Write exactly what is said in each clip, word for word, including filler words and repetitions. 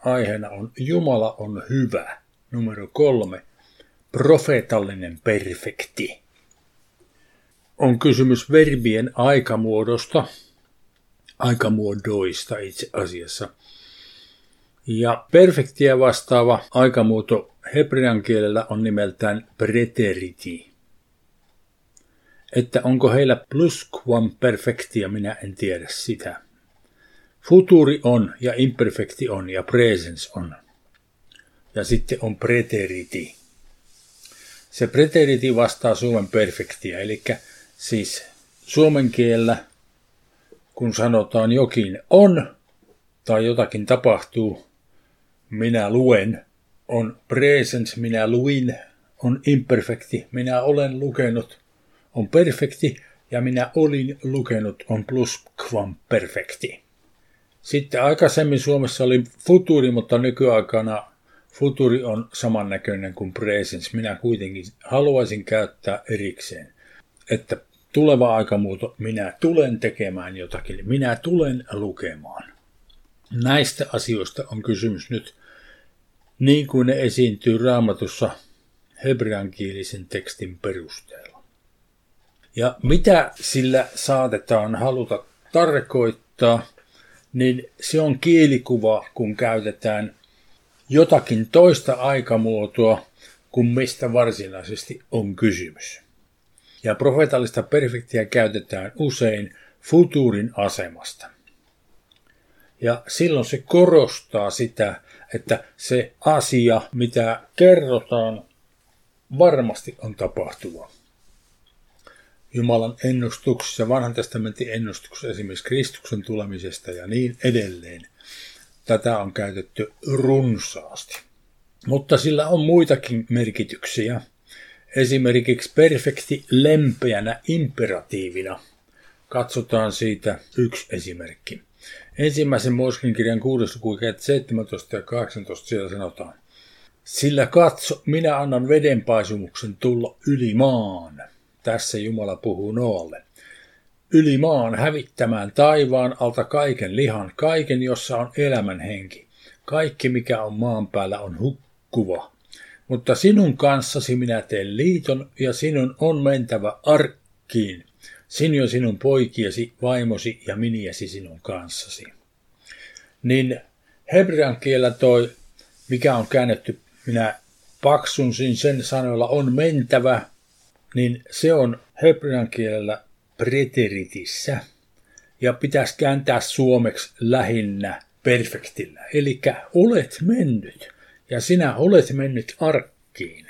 aiheena on Jumala on hyvä. Numero kolme. Profeetallinen perfekti. On kysymys verbien aikamuodosta, aikamuodoista itse asiassa. Ja perfektiä vastaava aikamuoto hebrean kielellä on nimeltään preteriti. Että onko heillä plusquamperfektia, minä en tiedä sitä. Futuri on ja imperfekti on ja presens on. Ja sitten on preteriti. Se preteriti vastaa suomen perfektiä, eli siis suomen kielellä, kun sanotaan jokin on tai jotakin tapahtuu, minä luen, on presens, minä luin, on imperfekti, minä olen lukenut, on perfekti ja minä olin lukenut, on plusquamperfekti. Sitten aikaisemmin Suomessa oli futuri, mutta nykyaikana futuri on samannäköinen kuin presens. Minä kuitenkin haluaisin käyttää erikseen, että tuleva aikamuoto, minä tulen tekemään jotakin, minä tulen lukemaan. Näistä asioista on kysymys nyt niin kuin ne esiintyy Raamatussa hebreankielisen tekstin perusteella. Ja mitä sillä saatetaan haluta tarkoittaa, niin se on kielikuva, kun käytetään jotakin toista aikamuotoa kuin mistä varsinaisesti on kysymys. Ja profeetallista perfektiä käytetään usein futurin asemasta. Ja silloin se korostaa sitä, että se asia, mitä kerrotaan, varmasti on tapahtuva. Jumalan ennustuksessa, vanhan testamentin ennustuksessa, esimerkiksi Kristuksen tulemisesta ja niin edelleen. Tätä on käytetty runsaasti. Mutta sillä on muitakin merkityksiä. Esimerkiksi perfekti lempeänä imperatiivina. Katsotaan siitä yksi esimerkki. Ensimmäisen Mooseksen kirjan kuudes luku seitsemäntoista ja kahdeksantoista siellä sanotaan. Sillä katso, minä annan vedenpaisumuksen tulla yli maan. Tässä Jumala puhuu Noalle. Yli maan hävittämään taivaan alta kaiken lihan, kaiken jossa on elämän henki. Kaikki mikä on maan päällä on hukkuva. Mutta sinun kanssasi minä teen liiton ja sinun on mentävä arkkiin. Sinun ja sinun poikiesi, vaimosi ja miniäsi sinun kanssasi. Niin hebrean kielellä toi, mikä on käännetty, minä paksunsin sen sanoilla on mentävä, niin se on hebrean kielellä preteritissä. Ja pitäisi kääntää suomeksi lähinnä perfektillä. Eli olet mennyt ja sinä olet mennyt arkkiin.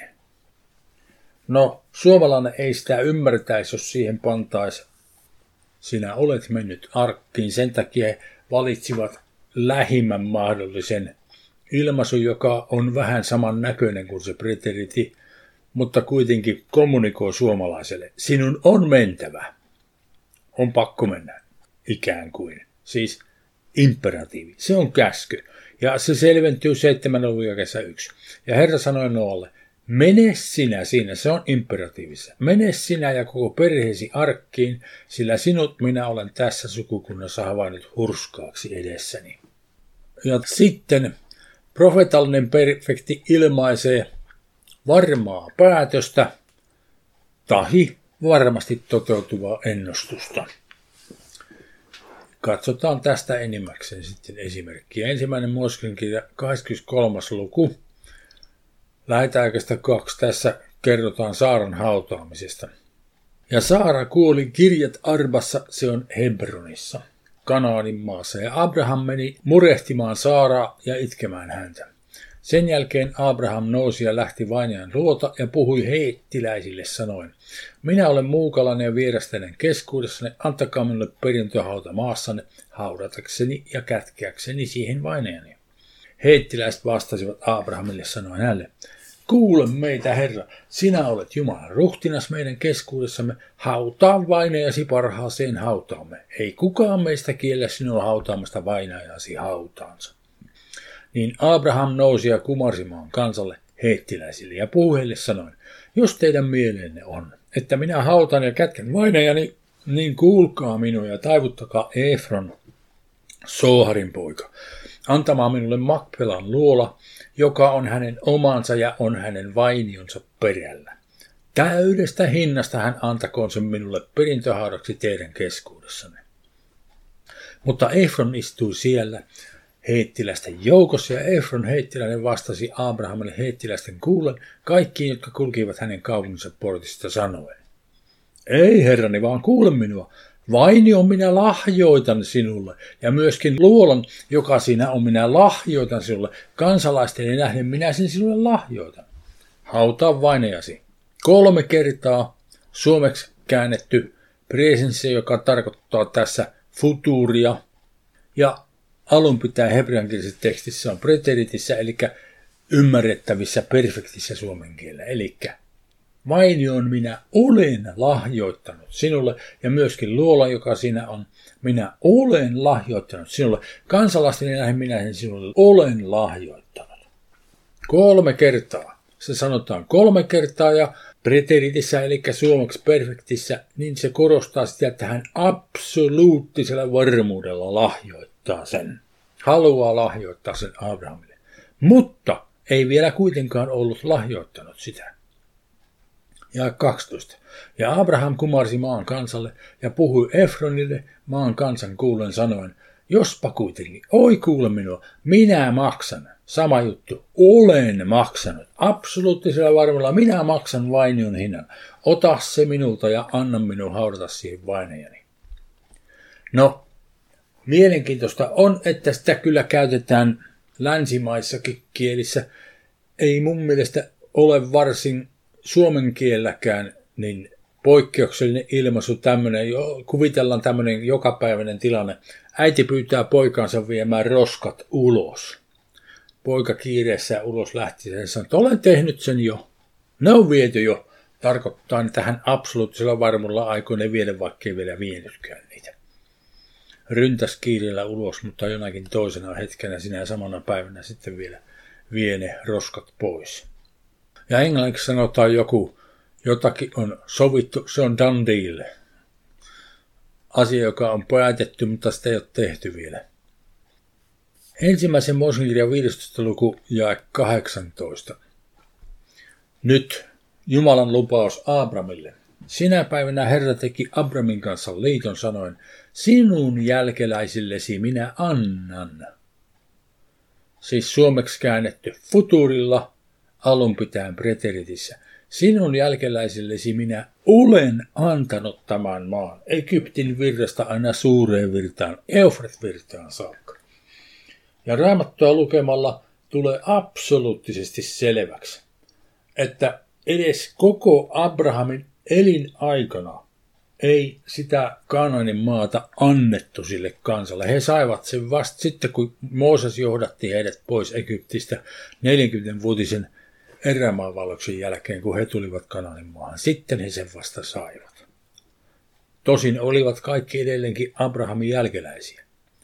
No, suomalainen ei sitä ymmärtäisi, jos siihen pantaisi. Sinä olet mennyt arkkiin. Sen takia he valitsivat lähimmän mahdollisen ilmaisun, joka on vähän saman näköinen kuin se preteriti, mutta kuitenkin kommunikoi suomalaiselle. Sinun on mentävä. On pakko mennä, ikään kuin. Siis imperatiivi. Se on käsky. Ja se selventyy seitsemän luvun jakeessa yksi. Ja Herra sanoi Noalle, mene sinä siinä, se on imperatiivissa. Mene sinä ja koko perheesi arkkiin, sillä sinut minä olen tässä sukukunnassa havainnut hurskaaksi edessäni. Ja sitten profeetallinen perfekti ilmaisee varmaa päätöstä tahi varmasti toteutuvaa ennustusta. Katsotaan tästä enimmäkseen sitten esimerkkiä. Ensimmäinen Mooseksen kirja kahdeskymmeneskolmas luku. Lähetään oikeastaan kaksi. Tässä kerrotaan Saaran hautaamisesta. Ja Saara kuoli Kirjat Arbassa, se on Hebronissa, Kanaanin maassa. Ja Abraham meni murehtimaan Saaraa ja itkemään häntä. Sen jälkeen Abraham nousi ja lähti vainajan luota ja puhui heettiläisille sanoen, minä olen muukalainen ja vieras teidän keskuudessanne, antakaa minulle perintöhauta maassanne, haudatakseni ja kätkeäkseni siihen vainajani. Heettiläiset vastasivat Abrahamille sanoen hänelle, kuule meitä Herra, sinä olet Jumalan ruhtinas meidän keskuudessamme, hautaa vainajasi parhaaseen hautaamme. Ei kukaan meistä kiellä sinua hautaamasta vainajasi hautaansa. Niin Abraham nousi ja kumarsi maan kansalle heettiläisille ja puhui heille sanoen, jos teidän mieleenne on, että minä hautaan ja kätken vainajani, niin kuulkaa minua ja taivuttakaa Efron, Sooharin poika. antamaan minulle Makpelan luola, joka on hänen omansa ja on hänen vainionsa perällä. Täydestä hinnasta hän antakoon sen minulle perintöhaudaksi teidän keskuudessanne. Mutta Efron istui siellä heittiläisten joukossa, ja Efron heittiläinen vastasi Abrahamille heittiläisten kuullen kaikkiin, jotka kulkivat hänen kaupunginsa portista sanoen. Ei herrani, vaan kuule minua. Vainion minä lahjoitan sinulle, ja myöskin luolan, joka siinä on, minä lahjoitan sinulle. Kansalaisten nähden minä sen sinulle lahjoitan. Hautaa vainajasi. Kolme kertaa suomeksi käännetty presenssi, joka tarkoittaa tässä futuuria, ja alun pitää hebreankielisessä tekstissä on preteritissä, eli ymmärrettävissä perfektissä suomen kielellä. Eli vainion minä olen lahjoittanut sinulle, ja myöskin luola, joka siinä on, minä olen lahjoittanut sinulle. Kansalaisten nähden minä sen sinulle olen lahjoittanut. Kolme kertaa. Se sanotaan kolme kertaa, ja preteritissä, eli suomeksi perfektissä, niin se korostaa sitä, että hän absoluuttisella varmuudella lahjoittaa sen. Haluaa lahjoittaa sen Abrahamille. Mutta ei vielä kuitenkaan ollut lahjoittanut sitä. Ja kaksitoista. Ja Abraham kumarsi maan kansalle ja puhui Efronille maan kansan kuullen sanoen, jospa kuitenkin, oi kuule minua, minä maksan. Sama juttu, olen maksanut. Absoluuttisella varmuudella minä maksan vainion hinnan. Ota se minulta ja anna minun haudata siihen vainajani. No, mielenkiintoista on, että sitä kyllä käytetään länsimaissakin kielissä. Ei mun mielestä ole varsin suomen kielelläkään niin poikkeuksellinen ilmaisu tämmöinen, kuvitellaan tämmöinen jokapäiväinen tilanne. Äiti pyytää poikaansa viemään roskat ulos. Poika kiireessä ulos lähti ja sanoi, että olen tehnyt sen jo. Ne on viety jo. Tarkoittaa, että hän absoluuttisella varmuudella aikoo ne viedä, vaikka ei vielä vienytkään niitä. Ryntäs kiireellä ulos, mutta jonakin toisena hetkenä sinä samana päivänä sitten vielä vie ne roskat pois. Ja englanniksi sanotaan joku, jotakin on sovittu, se on done deal. Asia, joka on päätetty, mutta sitä ei ole tehty vielä. Ensimmäisen Mooseksen kirjan viidestoista luku jae kahdeksantoista. Nyt Jumalan lupaus Abramille. Sinä päivänä Herra teki Abramin kanssa liiton sanoen, sinun jälkeläisillesi minä annan. Siis suomeksi käännetty futurilla, alun pitäen preteritissä. Sinun jälkeläisillesi minä olen antanut tämän maan, Egyptin virrasta aina suureen virtaan, Eufrat-virtaan saakka. Ja Raamattua lukemalla tulee absoluuttisesti selväksi, että edes koko Abrahamin elinaikana ei sitä Kaanaanin maata annettu sille kansalle. He saivat sen vasta sitten, kun Mooses johdatti heidät pois Egyptistä neljäkymmenvuotisen erämaanvalloksen jälkeen, kun he tulivat Kaanaanin maahan. Sitten he sen vasta saivat. Tosin olivat kaikki edelleenkin Abrahamin jälkeläisiä.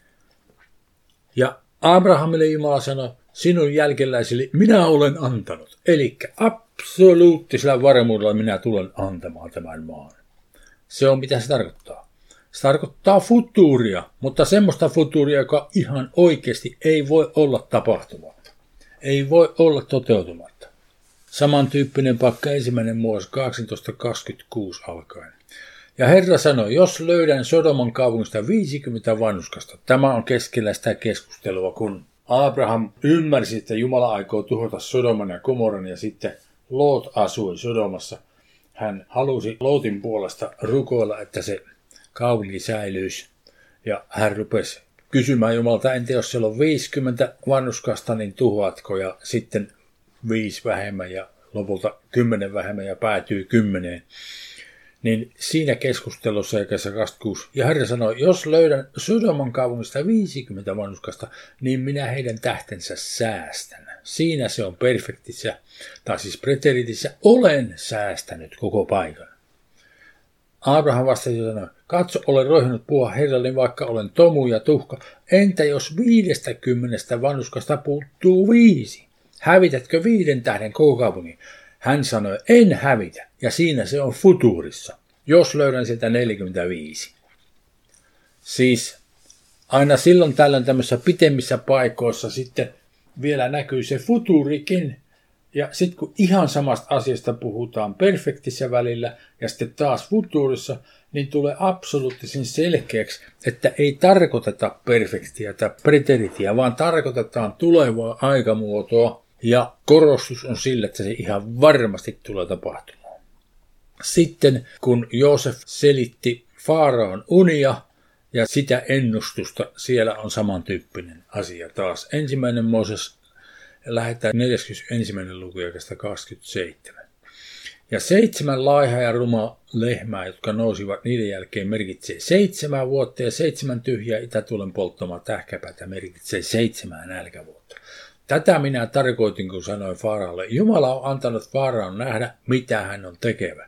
Ja Abrahamille Jumala sanoi, sinun jälkeläisille minä olen antanut. Eli absoluuttisella varmuudella minä tulen antamaan tämän maan. Se on mitä se tarkoittaa. Se tarkoittaa futuuria, mutta semmoista futuuria, joka ihan oikeasti ei voi olla tapahtumatta. Ei voi olla toteutumatta. Samantyyppinen paikka ensimmäinen Mooses kahdeksantoista kaksikymmentäkuusi alkaen. Ja Herra sanoi, jos löydän Sodoman kaupungista viisikymmentä vanhuskasta, tämä on keskellä sitä keskustelua, kun Abraham ymmärsi, että Jumala aikoo tuhota Sodoman ja Gomoran ja sitten Loot asui Sodomassa. Hän halusi Lootin puolesta rukoilla, että se kaupunki säilyisi. Ja hän rupesi kysymään Jumalta, entä jos siellä on viisikymmentä vanhuskasta, niin tuhoatko? Ja sitten viisi vähemmän ja lopulta kymmenen vähemmän ja päätyy kymmeneen. Niin siinä keskustelussa jakessa kaksikymmentäkuusi, ja Herra sanoi, jos löydän Sodoman kaupungista viisikymmentä vanhuskasta, niin minä heidän tähtensä säästän. Siinä se on perfektissä, tai siis preteritissä, olen säästänyt koko paikan. Abraham vastasi ja sanoi, katso, olen roihunut puhua Herralle, vaikka olen tomu ja tuhka. Entä jos viidestäkymmenestä vanhuskasta puuttuu viisi? Hävitätkö viiden tähden koko kaupungin? Hän sanoi, en hävitä, ja siinä se on futuurissa, jos löydän sieltä neljäkymmentäviisi. Siis aina silloin tällöin tämmöisissä pitemmissä paikoissa sitten vielä näkyy se futuurikin. Ja sitten kun ihan samasta asiasta puhutaan perfektissä välillä ja sitten taas futuurissa, niin tulee absoluuttisen selkeäksi, että ei tarkoiteta perfektiä tai preteritia, vaan tarkoitetaan tulevaa aikamuotoa ja korostus on sillä, että se ihan varmasti tulee tapahtumaan. Sitten kun Joosef selitti Faaraon unia ja sitä ennustusta, siellä on samantyyppinen asia taas. Ensimmäinen Mooses lähdetään neljäskymmenesensimmäinen luku jakesta kaksikymmentäseitsemän. Ja seitsemän laiha ja ruma lehmää, jotka nousivat niiden jälkeen, merkitsee seitsemän vuotta ja seitsemän tyhjää itätuulen polttamaa tähkäpätä merkitsee seitsemän nälkävuotta. Tätä minä tarkoitin, kun sanoin Faaraolle. Jumala on antanut Faaraon nähdä, mitä hän on tekevä.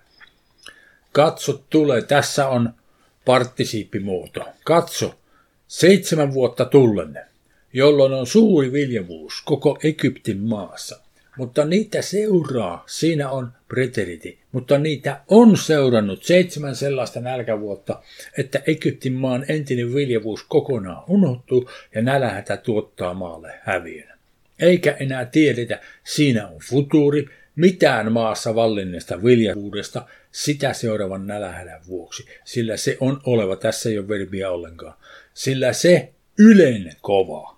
Katso tulee, tässä on partisiippimuoto. Katso, seitsemän vuotta tullenne, jolloin on suuri viljavuus koko Egyptin maassa. Mutta niitä seuraa, siinä on preteriti, mutta niitä on seurannut seitsemän sellaista nälkävuotta, että Egyptin maan entinen viljavuus kokonaan unohtuu ja nälänhätä tuottaa maalle häviön. Eikä enää tiedetä, siinä on futuuri, mitään maassa vallinneesta viljavuudesta sitä seuraavan nälänhädän vuoksi, sillä se on oleva, tässä ei ole verbiä ollenkaan, sillä se yleinen kova,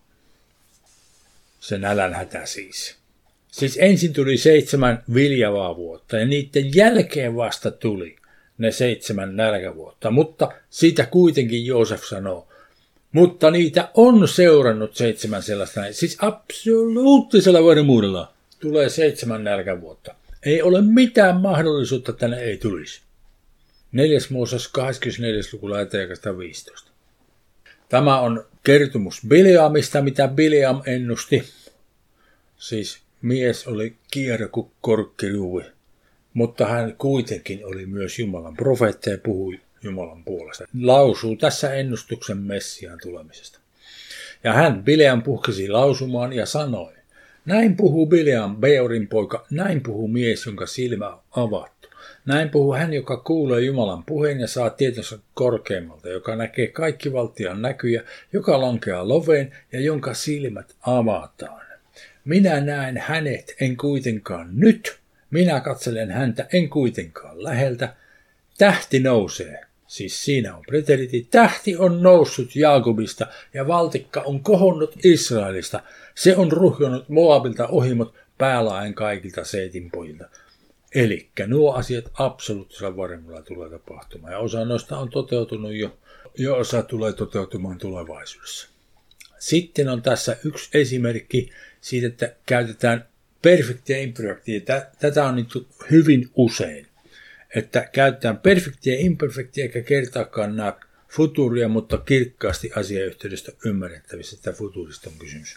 se nälänhätä siis. Siis ensin tuli seitsemän viljavaa vuotta ja niiden jälkeen vasta tuli ne seitsemän nälkävuotta, mutta siitä kuitenkin Joosef sanoo, mutta niitä on seurannut seitsemän sellaista, siis absoluuttisella varmuudella tulee seitsemän nälkävuotta. Ei ole mitään mahdollisuutta, että ne ei tulisi. Neljäs Mooses kahdeskymmenesneljäs luku lähetään viisitoista. Tämä on kertomus Bileamista, mitä Bileam ennusti. Siis mies oli kierro kuin korkkiruuvi, mutta hän kuitenkin oli myös Jumalan profeetta ja puhui Jumalan puolesta. Lausuu tässä ennustuksen Messiaan tulemisesta. Ja hän Bileam puhkesi lausumaan ja sanoi, näin puhuu Bileam, Beorin poika, näin puhuu mies, jonka silmä on avattu. Näin puhuu hän, joka kuulee Jumalan puheen ja saa tietonsa korkeammalta, joka näkee kaikki valtian näkyjä, joka lankeaa loveen ja jonka silmät avataan. Minä näen hänet, en kuitenkaan nyt. Minä katselen häntä, en kuitenkaan läheltä. Tähti nousee. Siis siinä on preteriti. Tähti on noussut Jaakobista ja valtikka on kohonnut Israelista. Se on ruhjonut Moabilta ohimot päälaen kaikilta Seetin pojilta. Elikkä nuo asiat absoluuttisella varmuudella tulee tapahtumaan. Ja osa noista on toteutunut jo, ja osa tulee toteutumaan tulevaisuudessa. Sitten on tässä yksi esimerkki siitä, että käytetään perfektiä ja imperfektiä. Tätä on nyt hyvin usein, että käytetään perfektiä ja imperfektiä eikä kertaakaan nämä futuuria, mutta kirkkaasti asiayhteydestä ymmärrettävissä, että futuurista on kysymys.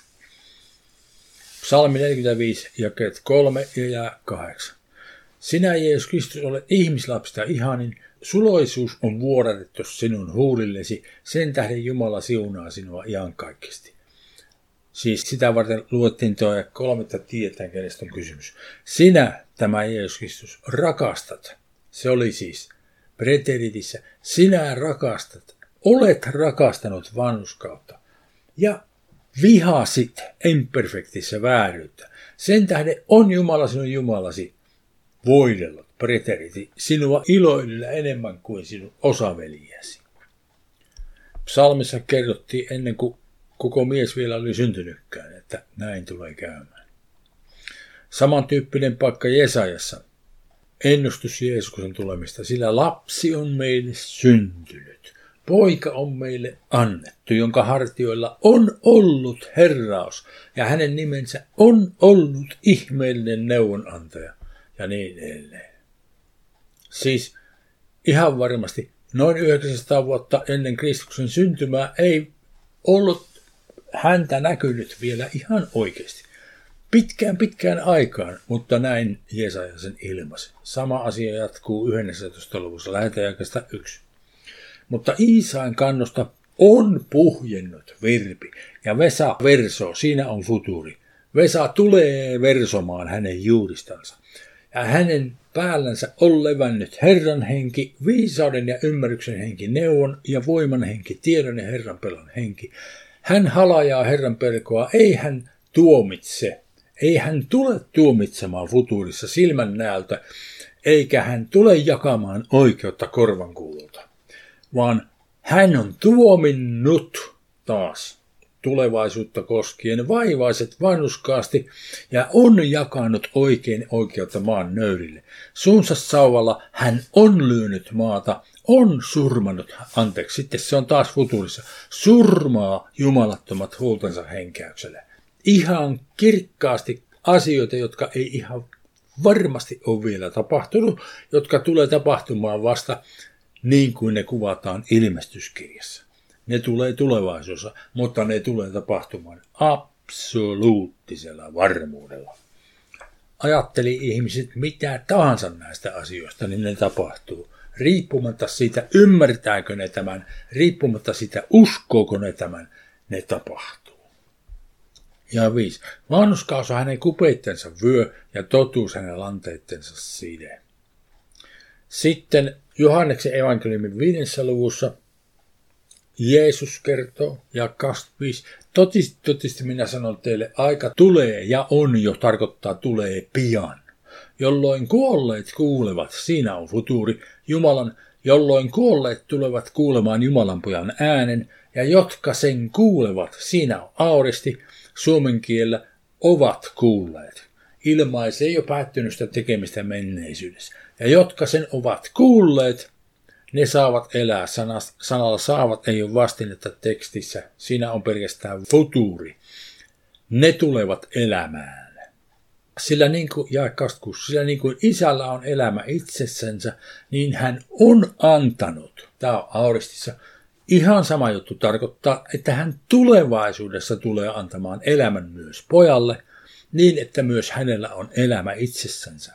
Psalmi neljäkymmentäviisi, jakeet kolme ja kahdeksan. Sinä, Jeesus Kristus, olet ihmislapsista ihanin, suloisuus on vuodatettu sinun huulillesi, sen tähden Jumala siunaa sinua iankaikkisesti. Siis sitä varten luettiin tuo kolme, että tiedetään, kenestä on kysymys. Sinä, tämä Jeesus Kristus, rakastat. Se oli siis preteritissä. Sinä rakastat, olet rakastanut vanhurskautta ja vihasit imperfektissä vääryyttä. Sen tähden on Jumala sinun Jumalasi voidellut, preteriti, sinua iloilyllä enemmän kuin sinun osaveljäsi. Psalmissa kerrottiin ennen kuin koko mies vielä oli syntynytkään, että näin tulee käymään. Samantyyppinen paikka Jesajassa. Ennustus Jeesuksen tulemista, sillä lapsi on meille syntynyt. Poika on meille annettu, jonka hartioilla on ollut herraus, ja hänen nimensä on ollut ihmeellinen neuvonantaja, ja niin edelleen. Siis ihan varmasti noin yhdeksänsataa vuotta ennen Kristuksen syntymää ei ollut häntä näkynyt vielä ihan oikeasti. Pitkään pitkään aikaan, mutta näin Jesaja sen ilmaisi. Sama asia jatkuu yhdennentoista luvussa, lähetään jakeesta yksi. Mutta Iisain kannosta on puhjennut virpi, ja Vesa versoo, siinä on futuuri. Vesa tulee versomaan hänen juuristansa. ja hänen päällänsä on levännyt Herran henki, viisauden ja ymmärryksen henki, neuvon ja voiman henki, tiedon ja Herran pelon henki. Hän halajaa Herran pelkoa, ei hän tuomitse, ei hän tule tuomitsemaan futuurissa silmän näöltä, eikä hän tule jakamaan oikeutta korvankuulolta, vaan hän on tuominnut taas tulevaisuutta koskien vaivaiset vanhuskaasti ja on jakanut oikein oikeutta maan nöyrille. Suunsa sauvalla hän on lyönyt maata, on surmannut, anteeksi, sitten se on taas futuurissa, surmaa jumalattomat huultensa henkäykselle. Ihan kirkkaasti asioita, jotka ei ihan varmasti ole vielä tapahtunut, jotka tulee tapahtumaan vasta niin kuin ne kuvataan ilmestyskirjassa. Ne tulee tulevaisuudessa, mutta ne tulee tapahtumaan absoluuttisella varmuudella. Ajatteli ihmiset mitä tahansa näistä asioista, niin ne tapahtuu. Riippumatta siitä, ymmärtääkö ne tämän, riippumatta siitä, uskooko ne tämän, ne tapahtuu. Ja viisi. Vanhuskaus on hänen kupeittensa vyö ja totuus hänen lanteittensa side. Sitten Johanneksen evankeliumin viidennessä luvussa Jeesus kertoo, ja kaksikymmentäviisi. Totisesti, totisesti minä sanon teille, aika tulee ja on jo, tarkoittaa tulee pian. Jolloin kuolleet kuulevat, siinä on futuuri, Jumalan, jolloin kuolleet tulevat kuulemaan Jumalan pojan äänen, ja jotka sen kuulevat, siinä on auristi, suomen kielellä ovat kuulleet. Ilmaisee jo päättynyt sitä tekemistä menneisyydessä. Ja jotka sen ovat kuulleet, ne saavat elää. Sanalla saavat ei ole vastinetta tekstissä. Siinä on pelkästään futuuri. Ne tulevat elämään. Sillä niin kuin, ja kaksikymmentäkuusi, sillä niin kuin isällä on elämä itsessänsä, niin hän on antanut. Tämä on auristissa. Ihan sama juttu tarkoittaa, että hän tulevaisuudessa tulee antamaan elämän myös pojalle, niin että myös hänellä on elämä itsessänsä.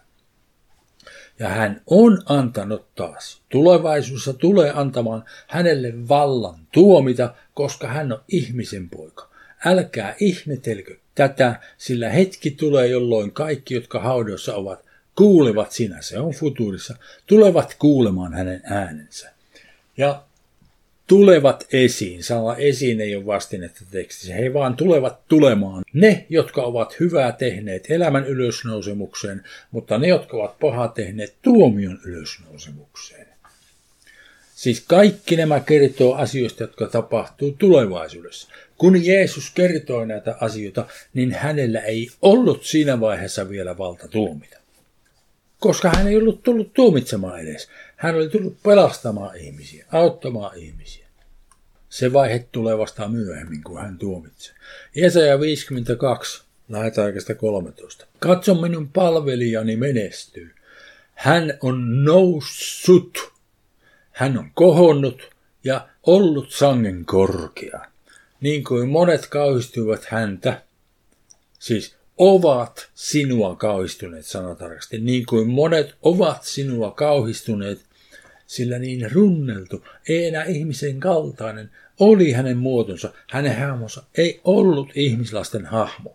Ja hän on antanut taas. Tulevaisuudessa tulee antamaan hänelle vallan tuomita, koska hän on ihmisen poika. Älkää ihmetelkö tätä, sillä hetki tulee, jolloin kaikki, jotka haudoissa ovat, kuulevat sinä, se on futuurissa, tulevat kuulemaan hänen äänensä. Ja tulevat esiin. Sana esiin ei ole vastinetta tekstissä. He vaan tulevat tulemaan. Ne, jotka ovat hyvää tehneet elämän ylösnousemukseen, mutta ne, jotka ovat pahaa tehneet tuomion ylösnousemukseen. Siis kaikki nämä kertoo asioista, jotka tapahtuu tulevaisuudessa. Kun Jeesus kertoi näitä asioita, niin hänellä ei ollut siinä vaiheessa vielä valta tuomita. Koska hän ei ollut tullut tuomitsemaan edes. Hän oli tullut pelastamaan ihmisiä, auttamaan ihmisiä. Se vaihe tulee vasta myöhemmin, kun hän tuomitsee. Jesaja viisikymmentäkaksi, lähdetään kolmetoista. Katso minun palvelijani menestyy. Hän on noussut, hän on kohonnut ja ollut sangen korkea. Niin kuin monet kauhistuivat häntä, siis ovat sinua kauhistuneet, sanatarkasti, niin kuin monet ovat sinua kauhistuneet, sillä niin runneltu, ei enää ihmisen kaltainen, oli hänen muotonsa, hänen hahmonsa ei ollut ihmislasten hahmo.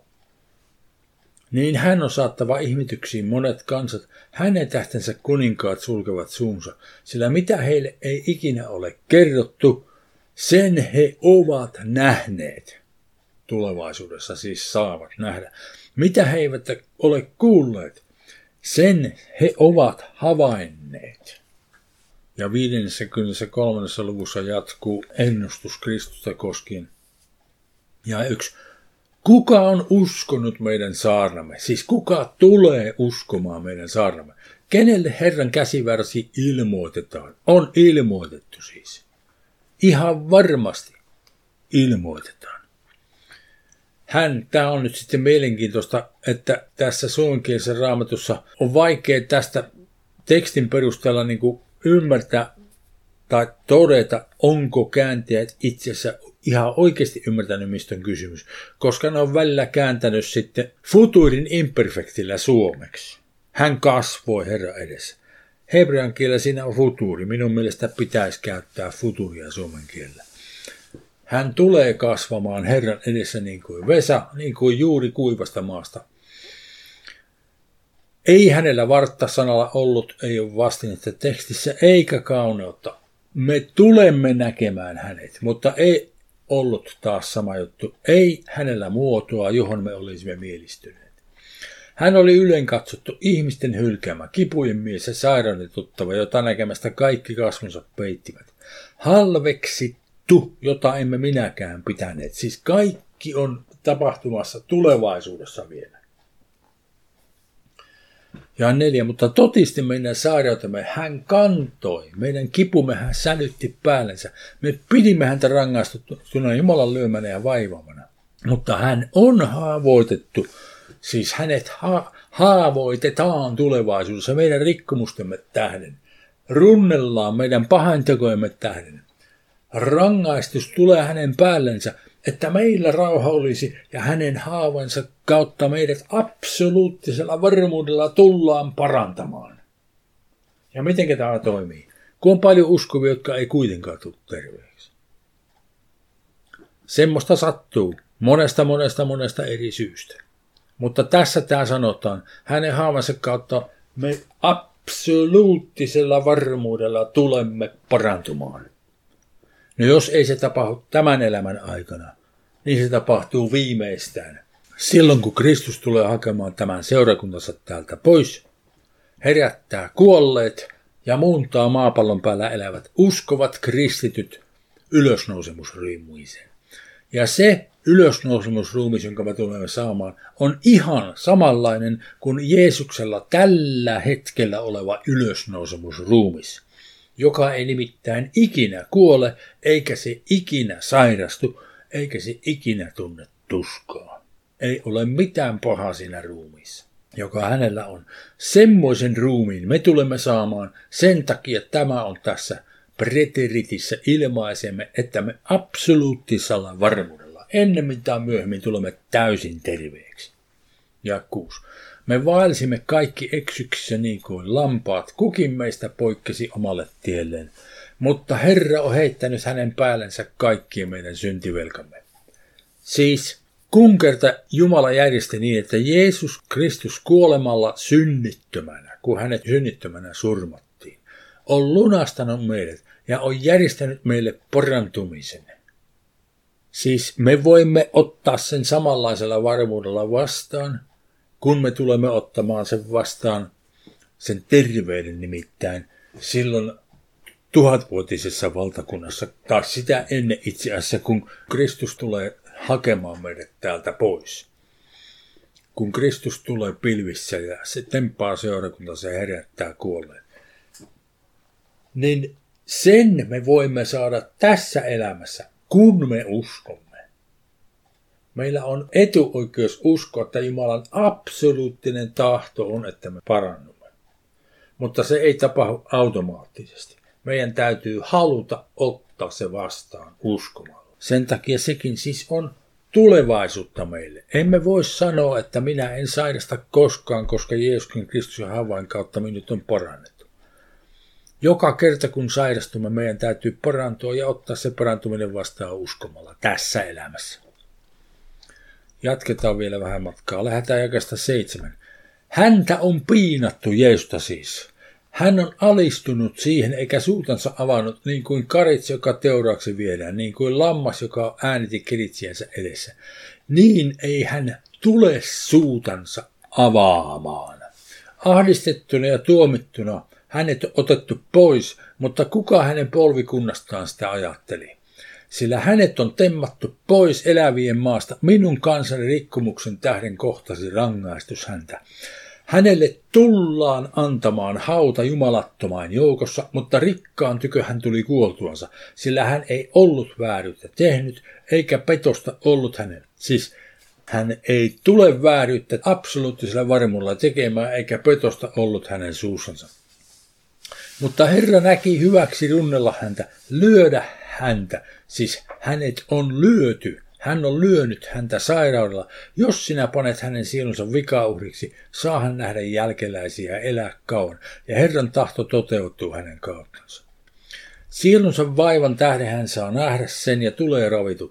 Niin hän on saattava ihmetyksiin monet kansat, hänen tähtensä kuninkaat sulkevat suunsa, sillä mitä heille ei ikinä ole kerrottu, sen he ovat nähneet. Tulevaisuudessa siis saavat nähdä. Mitä he eivät ole kuulleet, sen he ovat havainneet. Ja viidennessä luvussa jatkuu ennustus Kristusta koskien. Ja yksi. Kuka on uskonut meidän saarnamme? Siis kuka tulee uskomaan meidän saarnamme? Kenelle Herran käsivarsi ilmoitetaan? On ilmoitettu siis. Ihan varmasti ilmoitetaan. Hän, tämä on nyt sitten mielenkiintoista, että tässä suomenkielisessä raamatussa on vaikea tästä tekstin perusteella niin kuin ymmärtää tai todeta, onko kääntäjät itse asiassa ihan oikeasti ymmärtänyt, mistä on kysymys, koska ne on välillä kääntänyt sitten futurin imperfektillä suomeksi. Hän kasvoi Herran edessä. Hebrean kielellä siinä on futuri. Minun mielestä pitäisi käyttää futuria suomen kielellä. Hän tulee kasvamaan Herran edessä niin kuin Vesa, niin kuin juuri kuivasta maasta. Ei hänellä vartta sanalla ollut, ei ole vastinetta tekstissä eikä kauneutta. Me tulemme näkemään hänet, mutta ei ollut taas sama juttu. Ei hänellä muotoa, johon me olisimme mielistyneet. Hän oli ylen katsottu ihmisten hylkäämä, kipujen mies ja sairauden tuttava, jota näkemästä kaikki kasvonsa peittivät. Halveksittu, jota emme minäkään pitäneet. Siis kaikki on tapahtumassa tulevaisuudessa vielä. Ja neljä, mutta totisti meidän sairautemme hän kantoi, meidän kipumme hän sälytti päällensä. Me pidimme häntä rangaistuttuna Jumalan lyömänä ja vaivamana. Mutta hän on haavoitettu, siis hänet ha- haavoitetaan tulevaisuudessa meidän rikkomustemme tähden. Runnellaan meidän pahantekojemme tähden. Rangaistus tulee hänen päällensä, että meillä rauha olisi ja hänen haavansa kautta meidät absoluuttisella varmuudella tullaan parantamaan. Ja miten tämä toimii? Kun on paljon uskovia, jotka ei kuitenkaan tule terveeksi. Semmoista sattuu monesta, monesta, monesta eri syystä. Mutta tässä tämä sanotaan, hänen haavansa kautta me absoluuttisella varmuudella tulemme parantumaan. No jos ei se tapahdu tämän elämän aikana, niin se tapahtuu viimeistään. Silloin kun Kristus tulee hakemaan tämän seurakuntansa täältä pois, herättää kuolleet ja muuntaa maapallon päällä elävät uskovat kristityt ylösnousemusruumiiseen. Ja se ylösnousemusruumis, jonka me tulemme saamaan, on ihan samanlainen kuin Jeesuksella tällä hetkellä oleva ylösnousemusruumis, joka ei nimittäin ikinä kuole, eikä se ikinä sairastu, eikä se ikinä tunne tuskaa. Ei ole mitään pahaa siinä ruumiissa, joka hänellä on. Semmoisen ruumiin me tulemme saamaan, sen takia tämä on tässä preteritissä ilmaisemme, että me absoluuttisella varmuudella ennemmin tai myöhemmin tulemme täysin terveeksi. Ja kuusi. Me vaelsimme kaikki eksyksissä niin kuin lampaat, kukin meistä poikkesi omalle tielleen, mutta Herra on heittänyt hänen päällensä kaikkien meidän syntivelkamme. Siis kun kerta Jumala järjesti niin, että Jeesus Kristus kuolemalla synnittömänä, kun hänet synnittömänä surmattiin, on lunastanut meidät ja on järjestänyt meille parantumisen. Siis me voimme ottaa sen samanlaisella varmuudella vastaan, kun me tulemme ottamaan sen vastaan, sen terveyden nimittäin, silloin tuhatvuotisessa valtakunnassa, tai sitä ennen itse asiassa, kun Kristus tulee hakemaan meidät täältä pois. Kun Kristus tulee pilvissä ja se temppaa seurakuntansa ja herättää kuolleen, niin sen me voimme saada tässä elämässä, kun me uskomme. Meillä on etuoikeus uskoa, että Jumalan absoluuttinen tahto on, että me parannumme. Mutta se ei tapahdu automaattisesti. Meidän täytyy haluta ottaa se vastaan uskomalla. Sen takia sekin siis on tulevaisuutta meille. Emme voi sanoa, että minä en sairasta koskaan, koska Jeesuksen Kristuksen havain kautta minut on parannettu. Joka kerta kun sairastumme, meidän täytyy parantua ja ottaa se parantuminen vastaan uskomalla tässä elämässä. Jatketaan vielä vähän matkaa. Lähdetään jakasta seitsemän. Häntä on piinattu, Jeesusta siis. Hän on alistunut siihen eikä suutansa avannut niin kuin karitsi, joka teuraaksi viedään, niin kuin lammas, joka äänitti kiritsiänsä edessä. Niin ei hän tule suutansa avaamaan. Ahdistettuna ja tuomittuna hänet on otettu pois, mutta kuka hänen polvikunnastaan sitä ajatteli? Sillä hänet on temmattu pois elävien maasta, minun kansani rikkomuksen tähden kohtasi rangaistus häntä. Hänelle tullaan antamaan hauta jumalattomain joukossa, mutta rikkaan tykö hän tuli kuoltuansa, sillä hän ei ollut vääryyttä tehnyt, eikä petosta ollut hänellä. Siis hän ei tule vääryyttä absoluuttisella varmuudella tekemään, eikä petosta ollut hänen suussansa. Mutta Herra näki hyväksi runnella häntä, lyödä häntä, siis hänet on lyöty. Hän on lyönyt häntä sairaudella. Jos sinä panet hänen sielunsa vikauhriksi, saa hän nähdä jälkeläisiä ja elää kauan, ja Herran tahto toteutuu hänen kauttansa. Sielunsa vaivan tähden hän saa nähdä sen ja tulee ravituksi.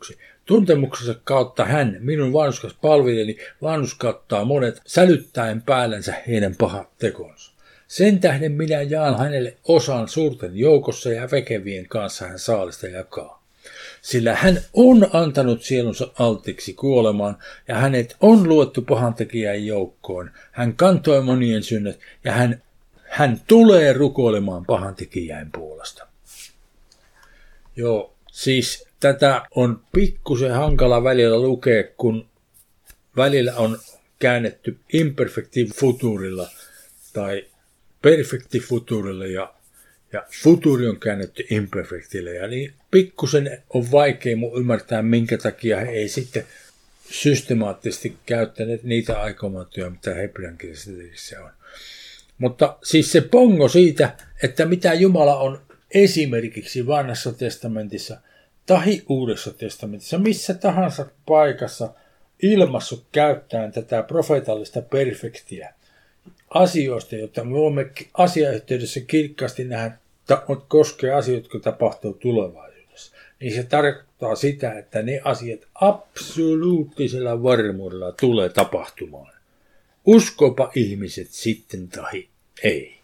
Tuntemuksensa kautta hän, minun vanhuskas palvelijani, vanhuskauttaa monet sälyttäen päällänsä heidän pahat tekonsa. Sen tähden minä jaan hänelle osan suurten joukossa ja väkevien kanssa hän saalista jakaa. Sillä hän on antanut sielunsa altiksi kuolemaan ja hänet on luettu pahantekijän joukkoon. Hän kantoi monien synnät ja hän, hän tulee rukoilemaan pahantekijän puolesta. Joo, siis tätä on pikkusen hankala välillä lukea, kun välillä on käännetty imperfective futurilla tai perfecti futurilla ja, ja futuri on käännetty imperfectille. Ja niin pikkusen on vaikea mun ymmärtää, minkä takia he ei sitten systemaattisesti käyttäneet niitä aikomattuja, mitä hebreankielisessä on. Mutta siis se pongo siitä, että mitä Jumala on esimerkiksi Vanhassa testamentissa tai Uudessa testamentissa, missä tahansa paikassa ilmassut käyttäen tätä profeetallista perfektiä asioista, joita me voimme asiayhteydessä kirkkaasti nähdä, koskee asioita, jotka tapahtuu tulevaisuudessa. Niin se tarkoittaa sitä, että ne asiat absoluuttisella varmuudella tulee tapahtumaan. Uskopa ihmiset sitten tai ei.